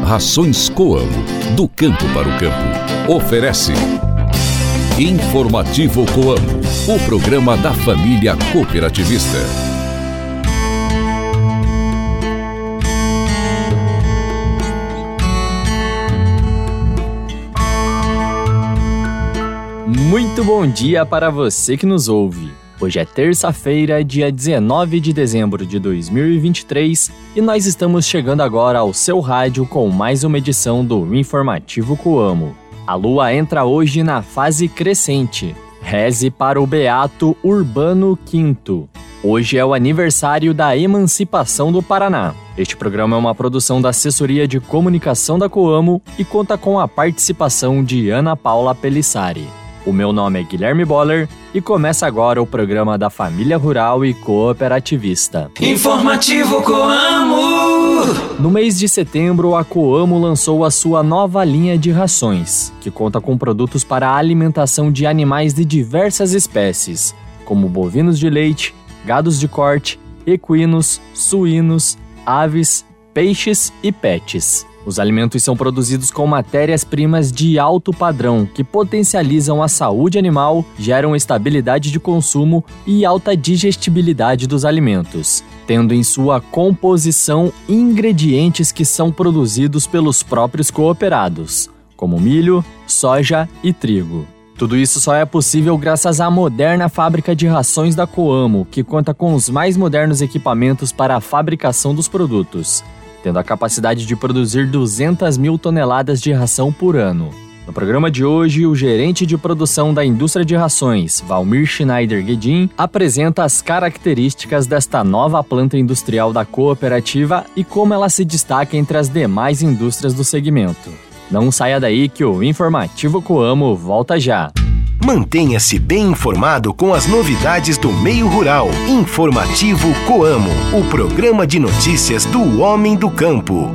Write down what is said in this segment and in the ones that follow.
Rações Coamo, do campo para o campo. Oferece Informativo Coamo, o programa da família cooperativista. Muito bom dia para você que nos ouve. Hoje é terça-feira, dia 19 de dezembro de 2023 e nós estamos chegando agora ao seu rádio com mais uma edição do Informativo Coamo. A lua entra hoje na fase crescente. Reze para o Beato Urbano V. Hoje é o aniversário da emancipação do Paraná. Este programa é uma produção da Assessoria de Comunicação da Coamo e conta com a participação de Ana Paula Pelissari. O meu nome é Guilherme Boller e começa agora o programa da família rural e cooperativista. Informativo Coamo! No mês de setembro, a Coamo lançou a sua nova linha de rações, que conta com produtos para a alimentação de animais de diversas espécies, como bovinos de leite, gados de corte, equinos, suínos, aves, peixes e pets. Os alimentos são produzidos com matérias-primas de alto padrão que potencializam a saúde animal, geram estabilidade de consumo e alta digestibilidade dos alimentos, tendo em sua composição ingredientes que são produzidos pelos próprios cooperados, como milho, soja e trigo. Tudo isso só é possível graças à moderna fábrica de rações da Coamo, que conta com os mais modernos equipamentos para a fabricação dos produtos, tendo a capacidade de produzir 200 mil toneladas de ração por ano. No programa de hoje, o gerente de produção da indústria de rações, Valmir Schneider Guedin, apresenta as características desta nova planta industrial da cooperativa e como ela se destaca entre as demais indústrias do segmento. Não saia daí que o Informativo Coamo volta já. Mantenha-se bem informado com as novidades do meio rural. Informativo Coamo, o programa de notícias do homem do campo.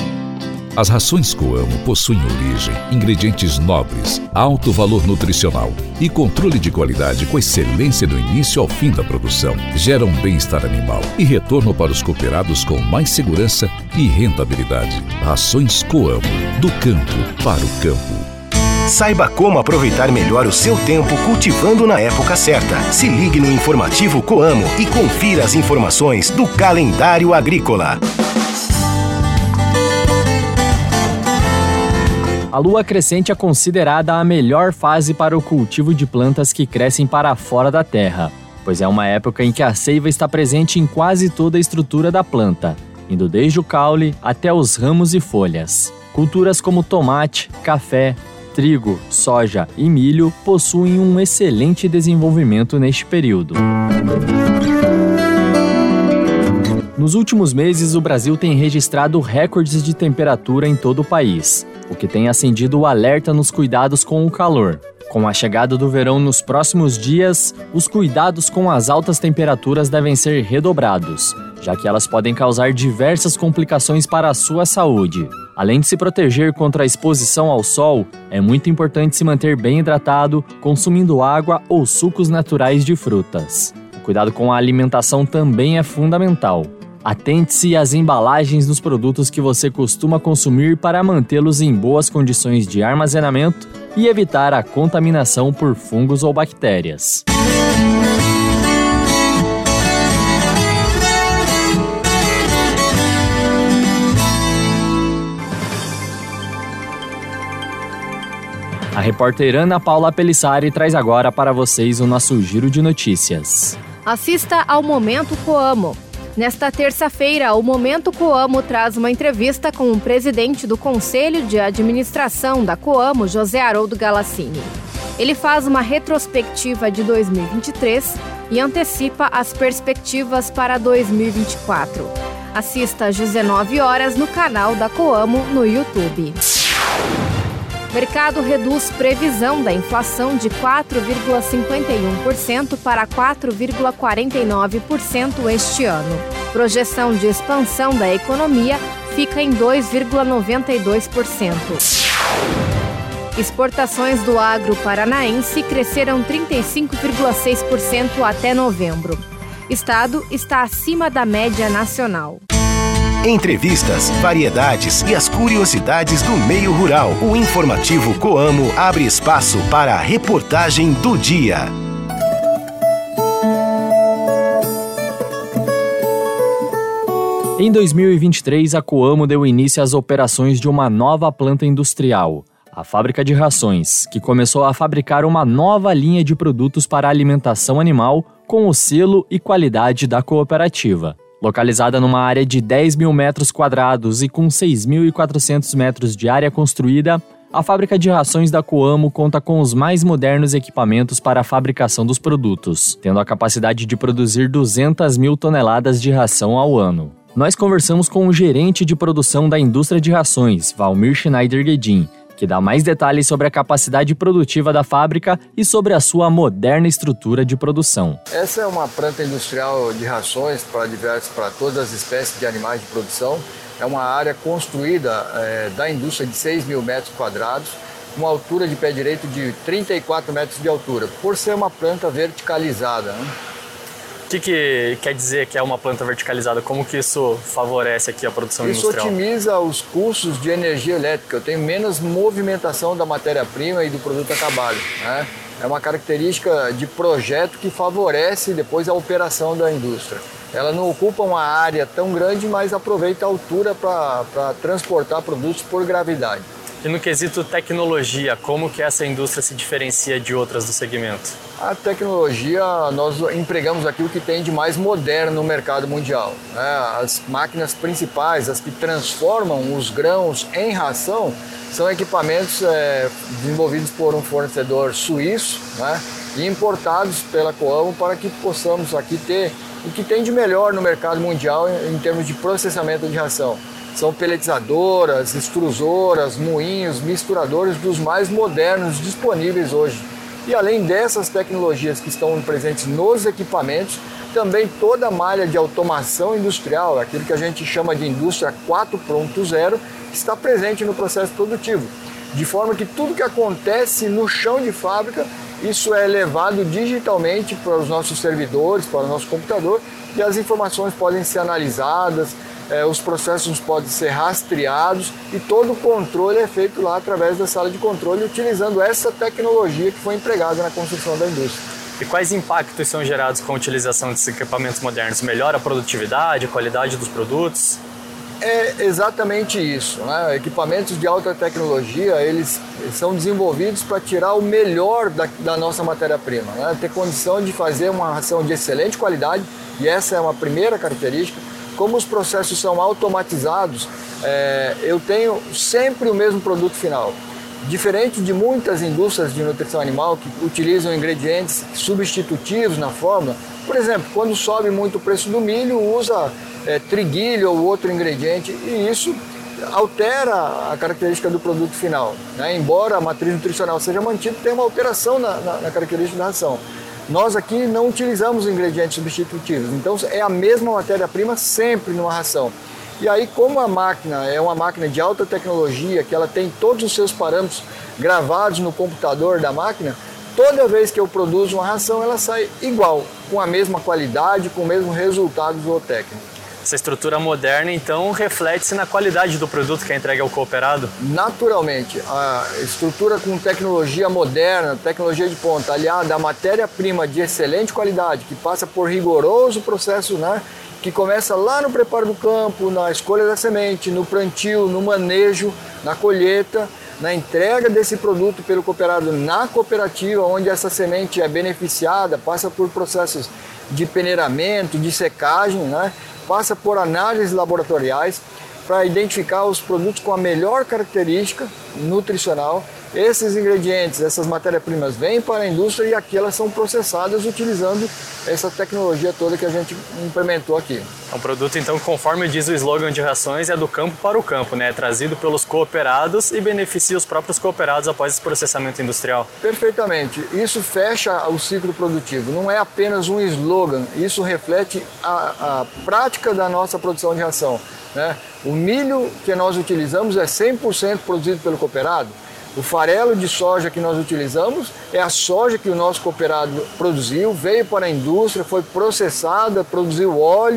As rações Coamo possuem origem, ingredientes nobres, alto valor nutricional e controle de qualidade com excelência do início ao fim da produção. Geram bem-estar animal e retorno para os cooperados com mais segurança e rentabilidade. Rações Coamo, do campo para o campo. Saiba como aproveitar melhor o seu tempo cultivando na época certa. Se ligue no Informativo Coamo e confira as informações do calendário agrícola. A lua crescente é considerada a melhor fase para o cultivo de plantas que crescem para fora da terra, pois é uma época em que a seiva está presente em quase toda a estrutura da planta, indo desde o caule até os ramos e folhas. Culturas como tomate, café, trigo, soja e milho possuem um excelente desenvolvimento neste período. Nos últimos meses, o Brasil tem registrado recordes de temperatura em todo o país, o que tem acendido o alerta nos cuidados com o calor. Com a chegada do verão nos próximos dias, os cuidados com as altas temperaturas devem ser redobrados, já que elas podem causar diversas complicações para a sua saúde. Além de se proteger contra a exposição ao sol, é muito importante se manter bem hidratado, consumindo água ou sucos naturais de frutas. O cuidado com a alimentação também é fundamental. Atente-se às embalagens dos produtos que você costuma consumir para mantê-los em boas condições de armazenamento e evitar a contaminação por fungos ou bactérias. A repórter Ana Paula Pelissari traz agora para vocês o nosso giro de notícias. Assista ao Momento Coamo. Nesta terça-feira, o Momento Coamo traz uma entrevista com o presidente do Conselho de Administração da Coamo, José Haroldo Galassini. Ele faz uma retrospectiva de 2023 e antecipa as perspectivas para 2024. Assista às 19 horas no canal da Coamo no YouTube. Mercado reduz previsão da inflação de 4,51% para 4,49% este ano. Projeção de expansão da economia fica em 2,92%. Exportações do agro paranaense cresceram 35,6% até novembro. Estado está acima da média nacional. Entrevistas, variedades e as curiosidades do meio rural. O informativo Coamo abre espaço para a reportagem do dia. Em 2023, a Coamo deu início às operações de uma nova planta industrial, a Fábrica de Rações, que começou a fabricar uma nova linha de produtos para alimentação animal com o selo e qualidade da cooperativa. Localizada numa área de 10 mil metros quadrados e com 6.400 metros de área construída, a Fábrica de Rações da Coamo conta com os mais modernos equipamentos para a fabricação dos produtos, tendo a capacidade de produzir 200 mil toneladas de ração ao ano. Nós conversamos com o gerente de produção da indústria de rações, Valmir Schneider-Guedin, que dá mais detalhes sobre a capacidade produtiva da fábrica e sobre a sua moderna estrutura de produção. Essa é uma planta industrial de rações para todas as espécies de animais de produção. É uma área construída da indústria de 6 mil metros quadrados, uma altura de pé direito de 34 metros de altura, por ser uma planta verticalizada, né? O que quer dizer que é uma planta verticalizada? Como que isso favorece aqui a produção industrial? Isso otimiza os custos de energia elétrica. Eu tenho menos movimentação da matéria-prima e do produto acabado, né? É uma característica de projeto que favorece depois a operação da indústria. Ela não ocupa uma área tão grande, mas aproveita a altura para transportar produtos por gravidade. E no quesito tecnologia, como que essa indústria se diferencia de outras do segmento? A tecnologia, nós empregamos aqui o que tem de mais moderno no mercado mundial, né? As máquinas principais, as que transformam os grãos em ração, são equipamentos desenvolvidos por um fornecedor suíço, né? E importados pela Coamo para que possamos aqui ter o que tem de melhor no mercado mundial em termos de processamento de ração. São peletizadoras, extrusoras, moinhos, misturadores dos mais modernos disponíveis hoje. E além dessas tecnologias que estão presentes nos equipamentos, também toda a malha de automação industrial, aquilo que a gente chama de indústria 4.0, está presente no processo produtivo. De forma que tudo que acontece no chão de fábrica, isso é levado digitalmente para os nossos servidores, para o nosso computador, e as informações podem ser analisadas, os processos podem ser rastreados e todo o controle é feito lá através da sala de controle, utilizando essa tecnologia que foi empregada na construção da indústria. E quais impactos são gerados com a utilização desses equipamentos modernos? Melhora a produtividade, a qualidade dos produtos? É exatamente isso, né? Equipamentos de alta tecnologia, eles são desenvolvidos para tirar o melhor da nossa matéria-prima, né? Ter condição de fazer uma ração de excelente qualidade, e essa é uma primeira característica. Como os processos são automatizados, eu tenho sempre o mesmo produto final. Diferente de muitas indústrias de nutrição animal que utilizam ingredientes substitutivos na fórmula, por exemplo, quando sobe muito o preço do milho, usa triguilho ou outro ingrediente, e isso altera a característica do produto final, né? Embora a matriz nutricional seja mantida, tem uma alteração na característica da ração. Nós aqui não utilizamos ingredientes substitutivos, então é a mesma matéria-prima sempre numa ração. E aí, como a máquina é uma máquina de alta tecnologia, que ela tem todos os seus parâmetros gravados no computador da máquina, toda vez que eu produzo uma ração, ela sai igual, com a mesma qualidade, com o mesmo resultado zootécnico. Essa estrutura moderna, então, reflete-se na qualidade do produto que é entregue ao cooperado? Naturalmente. A estrutura com tecnologia moderna, tecnologia de ponta, aliada à matéria-prima de excelente qualidade, que passa por rigoroso processo, né? Que começa lá no preparo do campo, na escolha da semente, no plantio, no manejo, na colheita, na entrega desse produto pelo cooperado na cooperativa, onde essa semente é beneficiada, passa por processos de peneiramento, de secagem, né? Passa por análises laboratoriais para identificar os produtos com a melhor característica nutricional. Esses ingredientes, essas matérias-primas vêm para a indústria e aqui elas são processadas utilizando essa tecnologia toda que a gente implementou aqui. É um produto, então, conforme diz o slogan de rações, é do campo para o campo, né? É trazido pelos cooperados e beneficia os próprios cooperados após esse processamento industrial. Perfeitamente. Isso fecha o ciclo produtivo. Não é apenas um slogan. Isso reflete a prática da nossa produção de ração, né? O milho que nós utilizamos é 100% produzido pelo cooperado. O farelo de soja que nós utilizamos é a soja que o nosso cooperado produziu, veio para a indústria, foi processada, produziu óleo,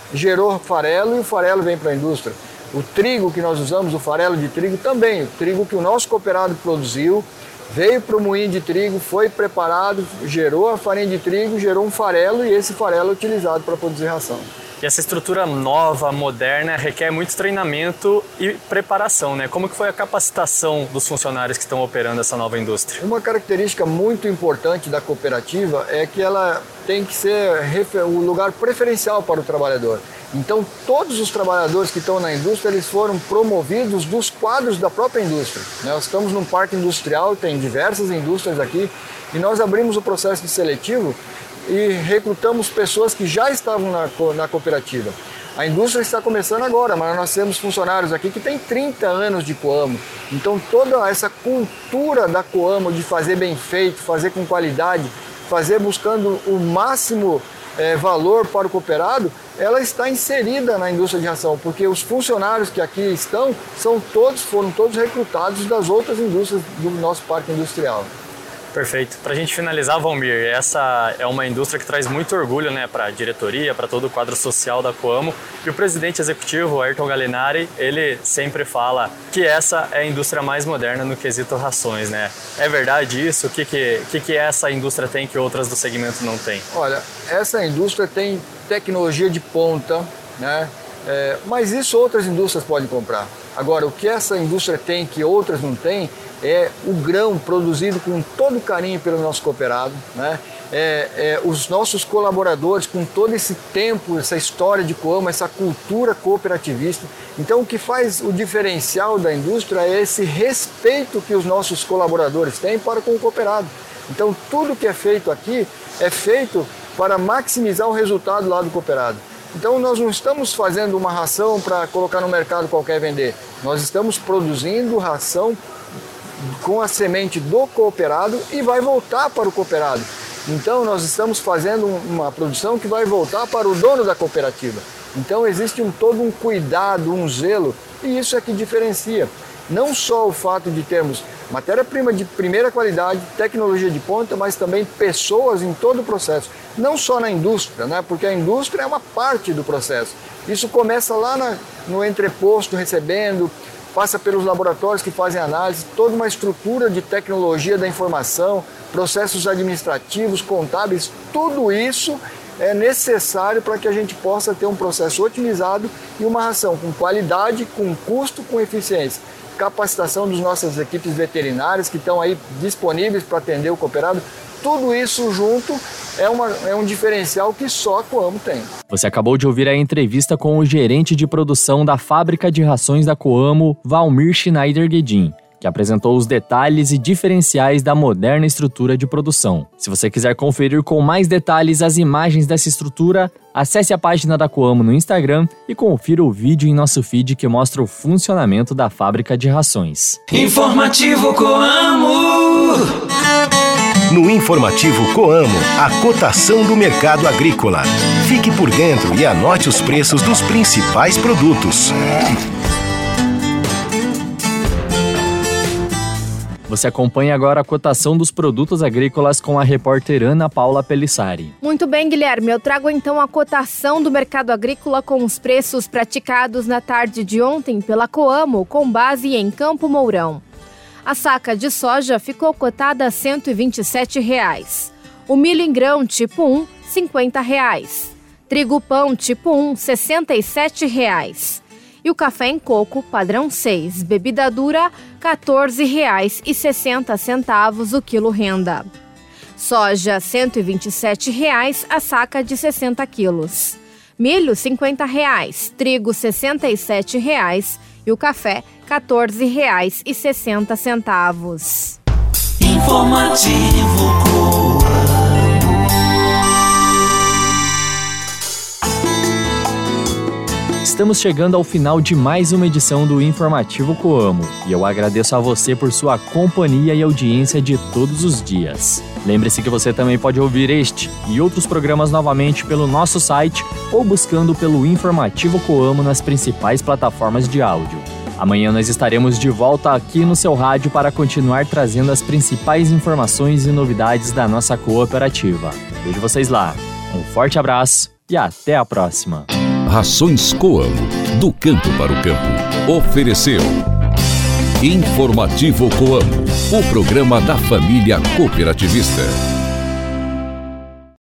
gerou farelo e o farelo vem para a indústria. O trigo que nós usamos, o farelo de trigo também, o trigo que o nosso cooperado produziu, veio para o moinho de trigo, foi preparado, gerou a farinha de trigo, gerou um farelo e esse farelo é utilizado para produzir ração. E essa estrutura nova, moderna, requer muito treinamento e preparação, né? Como que foi a capacitação dos funcionários que estão operando essa nova indústria? Uma característica muito importante da cooperativa é que ela tem que ser o lugar preferencial para o trabalhador. Então, todos os trabalhadores que estão na indústria, eles foram promovidos dos quadros da própria indústria. Nós estamos num parque industrial, tem diversas indústrias aqui, e nós abrimos o processo de seletivo e recrutamos pessoas que já estavam na cooperativa. A indústria está começando agora, mas nós temos funcionários aqui que têm 30 anos de Coamo. Então toda essa cultura da Coamo de fazer bem feito, fazer com qualidade, fazer buscando o máximo valor para o cooperado, ela está inserida na indústria de ração, porque os funcionários que aqui estão foram todos recrutados das outras indústrias do nosso parque industrial. Perfeito. Para a gente finalizar, Valmir, essa é uma indústria que traz muito orgulho, né, para a diretoria, para todo o quadro social da Coamo. E o presidente executivo, Ayrton Galinari, ele sempre fala que essa é a indústria mais moderna no quesito rações, né? É verdade isso? O que essa indústria tem que outras do segmento não têm? Olha, essa indústria tem tecnologia de ponta, né? Mas isso outras indústrias podem comprar. Agora, o que essa indústria tem que outras não têm é o grão produzido com todo carinho pelo nosso cooperado, né? Os nossos colaboradores com todo esse tempo, essa história de Coamo, essa cultura cooperativista. Então, o que faz o diferencial da indústria é esse respeito que os nossos colaboradores têm para com o cooperado. Então, tudo que é feito aqui é feito para maximizar o resultado lá do cooperado. Então nós não estamos fazendo uma ração para colocar no mercado qualquer vender. Nós estamos produzindo ração com a semente do cooperado e vai voltar para o cooperado. Então nós estamos fazendo uma produção que vai voltar para o dono da cooperativa. Então existe todo um cuidado, um zelo, e isso é que diferencia. Não só o fato de termos matéria-prima de primeira qualidade, tecnologia de ponta, mas também pessoas em todo o processo. Não só na indústria, né? Porque a indústria é uma parte do processo. Isso começa lá no entreposto, recebendo, passa pelos laboratórios que fazem análise, toda uma estrutura de tecnologia da informação, processos administrativos, contábeis, tudo isso é necessário para que a gente possa ter um processo otimizado e uma ração com qualidade, com custo, com eficiência. Capacitação das nossas equipes veterinárias que estão aí disponíveis para atender o cooperado, tudo isso junto é um diferencial que só a Coamo tem. Você acabou de ouvir a entrevista com o gerente de produção da fábrica de rações da Coamo, Valmir Schneider Guedin, que apresentou os detalhes e diferenciais da moderna estrutura de produção. Se você quiser conferir com mais detalhes as imagens dessa estrutura, acesse a página da Coamo no Instagram e confira o vídeo em nosso feed que mostra o funcionamento da fábrica de rações. Informativo Coamo. No Informativo Coamo, a cotação do mercado agrícola. Fique por dentro e anote os preços dos principais produtos. Você acompanha agora a cotação dos produtos agrícolas com a repórter Ana Paula Pelissari. Muito bem, Guilherme. Eu trago então a cotação do mercado agrícola com os preços praticados na tarde de ontem pela Coamo, com base em Campo Mourão. A saca de soja ficou cotada a R$ 127,00. O milho em grão tipo 1, R$ 50,00. Trigo pão tipo 1, R$ 67,00. E o café em coco padrão 6, bebida dura, R$ 14,60 o quilo renda. Soja, R$ 127,00 a saca de 60 quilos. Milho, R$ 50,00. Trigo, R$ 67,00. E o café, R$ 14,60. Informativo Coamo. Estamos chegando ao final de mais uma edição do Informativo Coamo e eu agradeço a você por sua companhia e audiência de todos os dias. Lembre-se que você também pode ouvir este e outros programas novamente pelo nosso site ou buscando pelo Informativo Coamo nas principais plataformas de áudio. Amanhã nós estaremos de volta aqui no seu rádio para continuar trazendo as principais informações e novidades da nossa cooperativa. Vejo vocês lá. Um forte abraço e até a próxima. Rações Coamo, do campo para o campo. Ofereceu Informativo Coamo, o programa da família cooperativista.